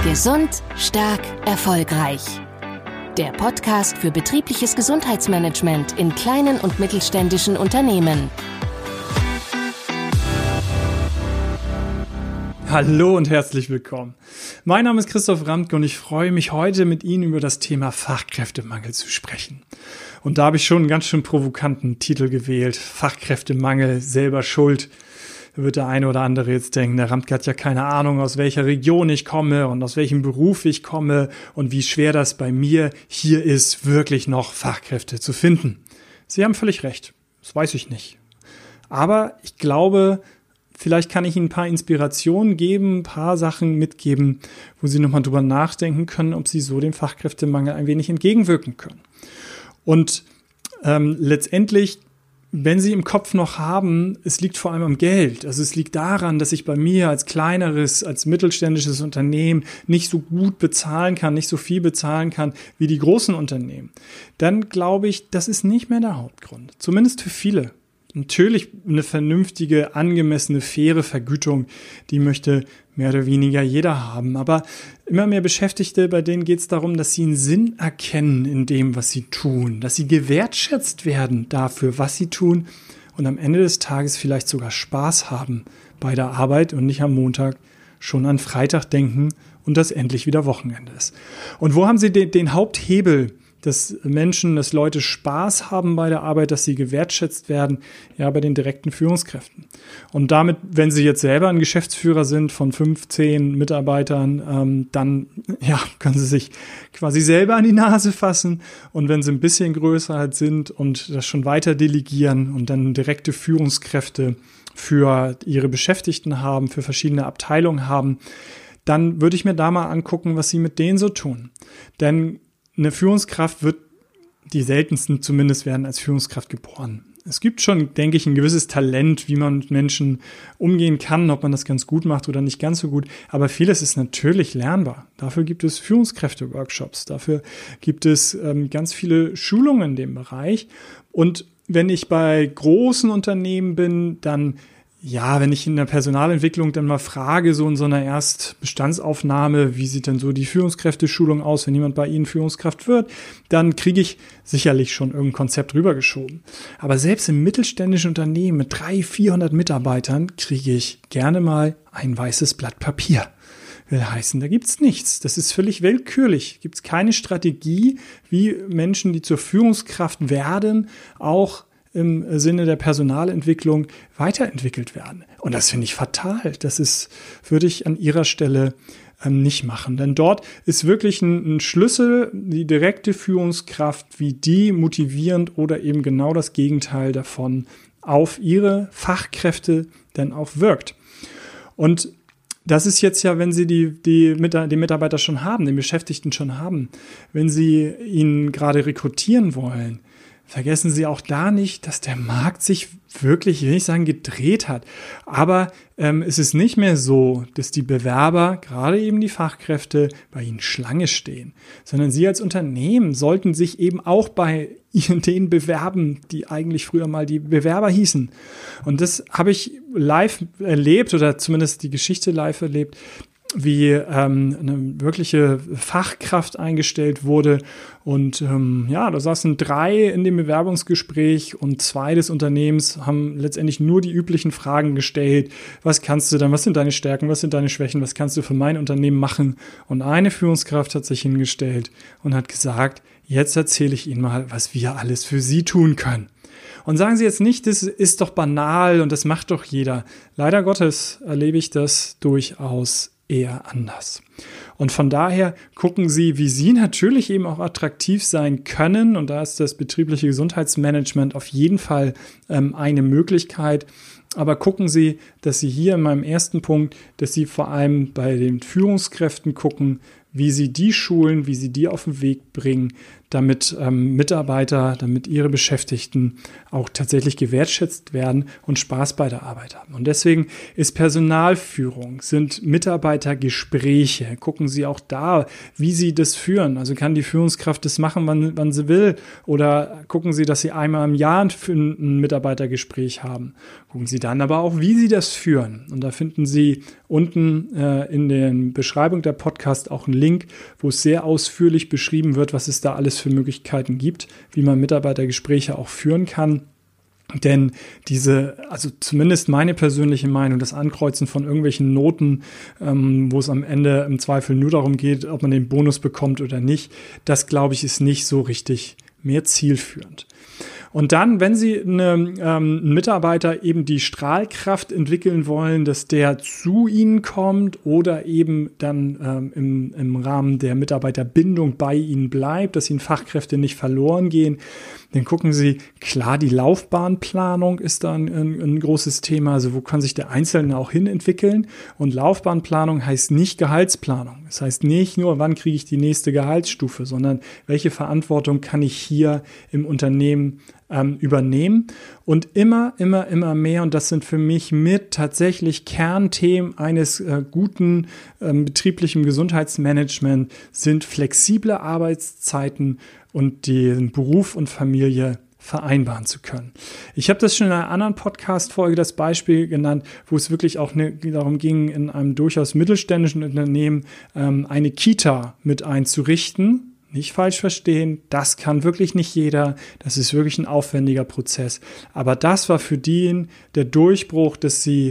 Gesund, stark, erfolgreich. Der Podcast für betriebliches Gesundheitsmanagement in kleinen und mittelständischen Unternehmen. Hallo und herzlich willkommen. Mein Name ist Christoph Ramtke und ich freue mich heute mit Ihnen über das Thema Fachkräftemangel zu sprechen. Und da habe ich schon einen ganz schön provokanten Titel gewählt. Fachkräftemangel, selber schuld. Da wird der eine oder andere jetzt denken, der Ramtke hat ja keine Ahnung, aus welcher Region ich komme und aus welchem Beruf ich komme und wie schwer das bei mir hier ist, wirklich noch Fachkräfte zu finden. Sie haben völlig recht. Das weiß ich nicht. Aber ich glaube, vielleicht kann ich Ihnen ein paar Inspirationen geben, ein paar Sachen mitgeben, wo Sie nochmal drüber nachdenken können, ob Sie so dem Fachkräftemangel ein wenig entgegenwirken können. Und letztendlich, wenn Sie im Kopf noch haben, es liegt vor allem am Geld. Also es liegt daran, dass ich bei mir als kleineres, als mittelständisches Unternehmen nicht so gut bezahlen kann, nicht so viel bezahlen kann wie die großen Unternehmen. Dann glaube ich, das ist nicht mehr der Hauptgrund. Zumindest für viele. Natürlich eine vernünftige, angemessene, faire Vergütung, die möchte mehr oder weniger jeder haben. Aber immer mehr Beschäftigte, bei denen geht es darum, dass sie einen Sinn erkennen in dem, was sie tun, dass sie gewertschätzt werden dafür, was sie tun und am Ende des Tages vielleicht sogar Spaß haben bei der Arbeit und nicht am Montag schon an Freitag denken und dass endlich wieder Wochenende ist. Und wo haben sie den Haupthebel? Dass Menschen, dass Leute Spaß haben bei der Arbeit, dass sie gewertschätzt werden, ja, bei den direkten Führungskräften. Und damit, wenn Sie jetzt selber ein Geschäftsführer sind von 15 Mitarbeitern, dann ja, können Sie sich quasi selber an die Nase fassen. Und wenn Sie ein bisschen größer halt sind und das schon weiter delegieren und dann direkte Führungskräfte für Ihre Beschäftigten haben, für verschiedene Abteilungen haben, dann würde ich mir da mal angucken, was Sie mit denen so tun. Denn eine Führungskraft wird, die seltensten zumindest, werden als Führungskraft geboren. Es gibt schon, denke ich, ein gewisses Talent, wie man mit Menschen umgehen kann, ob man das ganz gut macht oder nicht ganz so gut. Aber vieles ist natürlich lernbar. Dafür gibt es Führungskräfte-Workshops. Dafür gibt es ganz viele Schulungen in dem Bereich. Und wenn ich bei großen Unternehmen bin, dann ja, wenn ich in der Personalentwicklung dann mal frage, so in so einer Erstbestandsaufnahme, wie sieht denn so die Führungskräfteschulung aus, wenn jemand bei Ihnen Führungskraft wird, dann kriege ich sicherlich schon irgendein Konzept rübergeschoben. Aber selbst im mittelständischen Unternehmen mit 300-400 Mitarbeitern kriege ich gerne mal ein weißes Blatt Papier. Will heißen, da gibt's nichts. Das ist völlig willkürlich. Gibt's keine Strategie, wie Menschen, die zur Führungskraft werden, auch im Sinne der Personalentwicklung weiterentwickelt werden. Und das finde ich fatal. Würde ich an Ihrer Stelle nicht machen. Denn dort ist wirklich ein Schlüssel, die direkte Führungskraft, wie die motivierend oder eben genau das Gegenteil davon auf Ihre Fachkräfte dann auch wirkt. Und das ist jetzt ja, wenn Sie den Mitarbeiter schon haben, den Beschäftigten schon haben, wenn Sie ihn gerade rekrutieren wollen, vergessen Sie auch da nicht, dass der Markt sich wirklich, ich will nicht sagen, gedreht hat. Aber es ist nicht mehr so, dass die Bewerber, gerade eben die Fachkräfte, bei Ihnen Schlange stehen. Sondern Sie als Unternehmen sollten sich eben auch bei denen bewerben, die eigentlich früher mal die Bewerber hießen. Und das habe ich live erlebt oder zumindest die Geschichte live erlebt, wie eine wirkliche Fachkraft eingestellt wurde und da saßen 3 in dem Bewerbungsgespräch und 2 des Unternehmens haben letztendlich nur die üblichen Fragen gestellt. Was kannst du dann, was sind deine Stärken, was sind deine Schwächen, was kannst du für mein Unternehmen machen? Und eine Führungskraft hat sich hingestellt und hat gesagt, jetzt erzähle ich Ihnen mal, was wir alles für Sie tun können. Und sagen Sie jetzt nicht, das ist doch banal und das macht doch jeder. Leider Gottes erlebe ich das durchaus eher anders. Und von daher gucken Sie, wie Sie natürlich eben auch attraktiv sein können. Und da ist das betriebliche Gesundheitsmanagement auf jeden Fall eine Möglichkeit. Aber gucken Sie, dass Sie hier in meinem ersten Punkt, dass Sie vor allem bei den Führungskräften gucken, wie sie die schulen, wie sie die auf den Weg bringen, damit Mitarbeiter, damit ihre Beschäftigten auch tatsächlich gewertschätzt werden und Spaß bei der Arbeit haben. Und deswegen ist Personalführung, sind Mitarbeitergespräche. Gucken Sie auch da, wie Sie das führen. Also kann die Führungskraft das machen, wann sie will, oder gucken Sie, dass Sie einmal im Jahr ein Mitarbeitergespräch haben. Gucken Sie dann aber auch, wie Sie das führen. Und da finden Sie unten in der Beschreibung der Podcast auch einen Link, wo es sehr ausführlich beschrieben wird, was es da alles für Möglichkeiten gibt, wie man Mitarbeitergespräche auch führen kann. Denn also zumindest meine persönliche Meinung, das Ankreuzen von irgendwelchen Noten, wo es am Ende im Zweifel nur darum geht, ob man den Bonus bekommt oder nicht, das glaube ich ist nicht so richtig mehr zielführend. Und dann, wenn Sie einen Mitarbeiter eben die Strahlkraft entwickeln wollen, dass der zu Ihnen kommt oder eben dann im Rahmen der Mitarbeiterbindung bei Ihnen bleibt, dass Ihnen Fachkräfte nicht verloren gehen, dann gucken Sie, klar, die Laufbahnplanung ist da ein großes Thema. Also wo kann sich der Einzelne auch hin entwickeln? Und Laufbahnplanung heißt nicht Gehaltsplanung. Das heißt nicht nur, wann kriege ich die nächste Gehaltsstufe, sondern welche Verantwortung kann ich hier im Unternehmen übernehmen. Und immer mehr, und das sind für mich mit tatsächlich Kernthemen eines guten betrieblichen Gesundheitsmanagement, sind flexible Arbeitszeiten und den Beruf und Familie vereinbaren zu können. Ich habe das schon in einer anderen Podcast-Folge das Beispiel genannt, wo es wirklich auch darum ging, in einem durchaus mittelständischen Unternehmen eine Kita mit einzurichten. Nicht falsch verstehen, das kann wirklich nicht jeder, das ist wirklich ein aufwendiger Prozess. Aber das war für die der Durchbruch, dass sie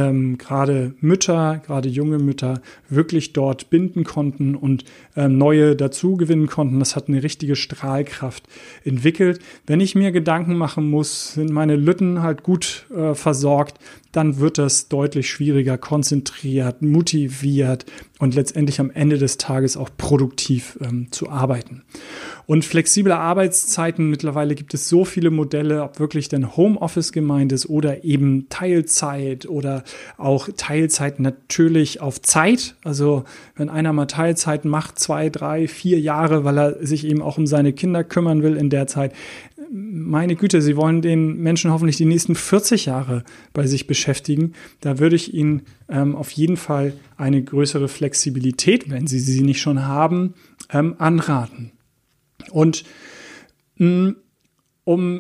gerade junge Mütter wirklich dort binden konnten und neue dazu gewinnen konnten. Das hat eine richtige Strahlkraft entwickelt. Wenn ich mir Gedanken machen muss, sind meine Lütten halt gut versorgt, dann wird das deutlich schwieriger, konzentriert, motiviert und letztendlich am Ende des Tages auch produktiv zu arbeiten. Und flexible Arbeitszeiten, mittlerweile gibt es so viele Modelle, ob wirklich denn Homeoffice gemeint ist oder eben Teilzeit oder auch Teilzeit natürlich auf Zeit. Also wenn einer mal Teilzeit macht, 2, 3, 4 Jahre, weil er sich eben auch um seine Kinder kümmern will in der Zeit. Meine Güte, Sie wollen den Menschen hoffentlich die nächsten 40 Jahre bei sich beschäftigen. Da würde ich Ihnen auf jeden Fall eine größere Flexibilität, wenn Sie sie nicht schon haben, anraten. Und um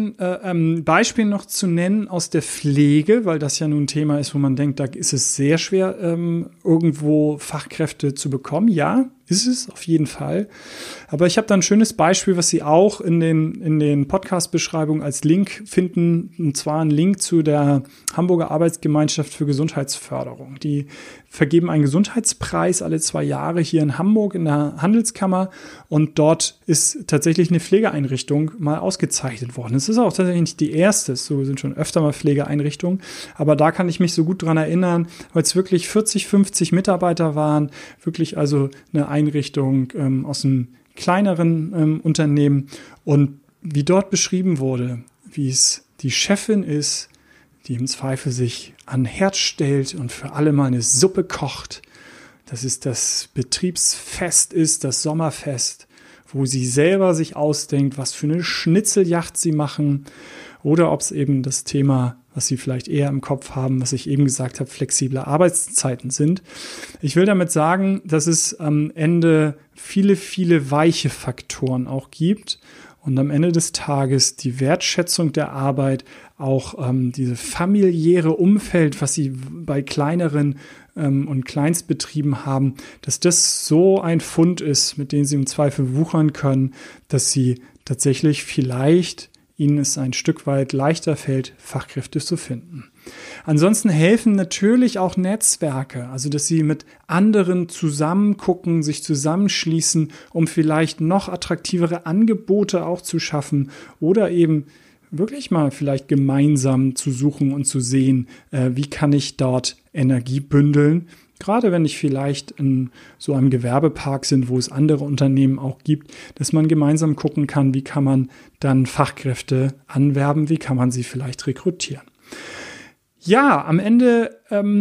ein Beispiel noch zu nennen aus der Pflege, weil das ja nun ein Thema ist, wo man denkt, da ist es sehr schwer, irgendwo Fachkräfte zu bekommen. Ja, ist es auf jeden Fall. Aber ich habe da ein schönes Beispiel, was Sie auch in den Podcast-Beschreibungen als Link finden, und zwar ein Link zu der Hamburger Arbeitsgemeinschaft für Gesundheitsförderung. Die vergeben einen Gesundheitspreis alle 2 Jahre hier in Hamburg in der Handelskammer, und dort ist tatsächlich eine Pflegeeinrichtung mal ausgezeichnet worden. Es ist auch tatsächlich nicht die erste, so sind schon öfter mal Pflegeeinrichtungen, aber da kann ich mich so gut dran erinnern, weil es wirklich 40, 50 Mitarbeiter waren, wirklich also eine Einrichtung aus einem kleineren Unternehmen, und wie dort beschrieben wurde, wie es die Chefin ist, die im Zweifel sich an den Herd stellt und für alle mal eine Suppe kocht, dass es das Betriebsfest ist, das Sommerfest, wo sie selber sich ausdenkt, was für eine Schnitzeljacht sie machen, oder ob es eben das Thema, was Sie vielleicht eher im Kopf haben, was ich eben gesagt habe, flexible Arbeitszeiten sind. Ich will damit sagen, dass es am Ende viele, viele weiche Faktoren auch gibt und am Ende des Tages die Wertschätzung der Arbeit, auch diese familiäre Umfeld, was Sie bei kleineren und Kleinstbetrieben haben, dass das so ein Fund ist, mit dem Sie im Zweifel wuchern können, dass Sie tatsächlich vielleicht Ihnen es ein Stück weit leichter fällt, Fachkräfte zu finden. Ansonsten helfen natürlich auch Netzwerke, also dass Sie mit anderen zusammen gucken, sich zusammenschließen, um vielleicht noch attraktivere Angebote auch zu schaffen oder eben wirklich mal vielleicht gemeinsam zu suchen und zu sehen, wie kann ich dort Energie bündeln. Gerade wenn ich vielleicht in so einem Gewerbepark sind, wo es andere Unternehmen auch gibt, dass man gemeinsam gucken kann, wie kann man dann Fachkräfte anwerben, wie kann man sie vielleicht rekrutieren. Ja, am Ende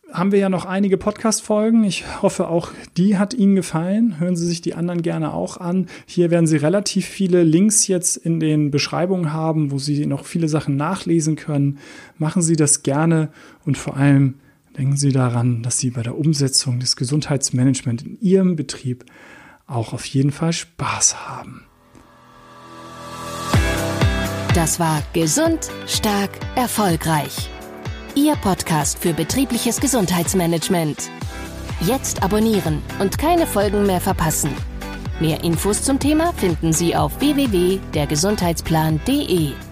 haben wir ja noch einige Podcast-Folgen. Ich hoffe, auch die hat Ihnen gefallen. Hören Sie sich die anderen gerne auch an. Hier werden Sie relativ viele Links jetzt in den Beschreibungen haben, wo Sie noch viele Sachen nachlesen können. Machen Sie das gerne und vor allem denken Sie daran, dass Sie bei der Umsetzung des Gesundheitsmanagements in Ihrem Betrieb auch auf jeden Fall Spaß haben. Das war Gesund, stark, erfolgreich. Ihr Podcast für betriebliches Gesundheitsmanagement. Jetzt abonnieren und keine Folgen mehr verpassen. Mehr Infos zum Thema finden Sie auf www.dergesundheitsplan.de.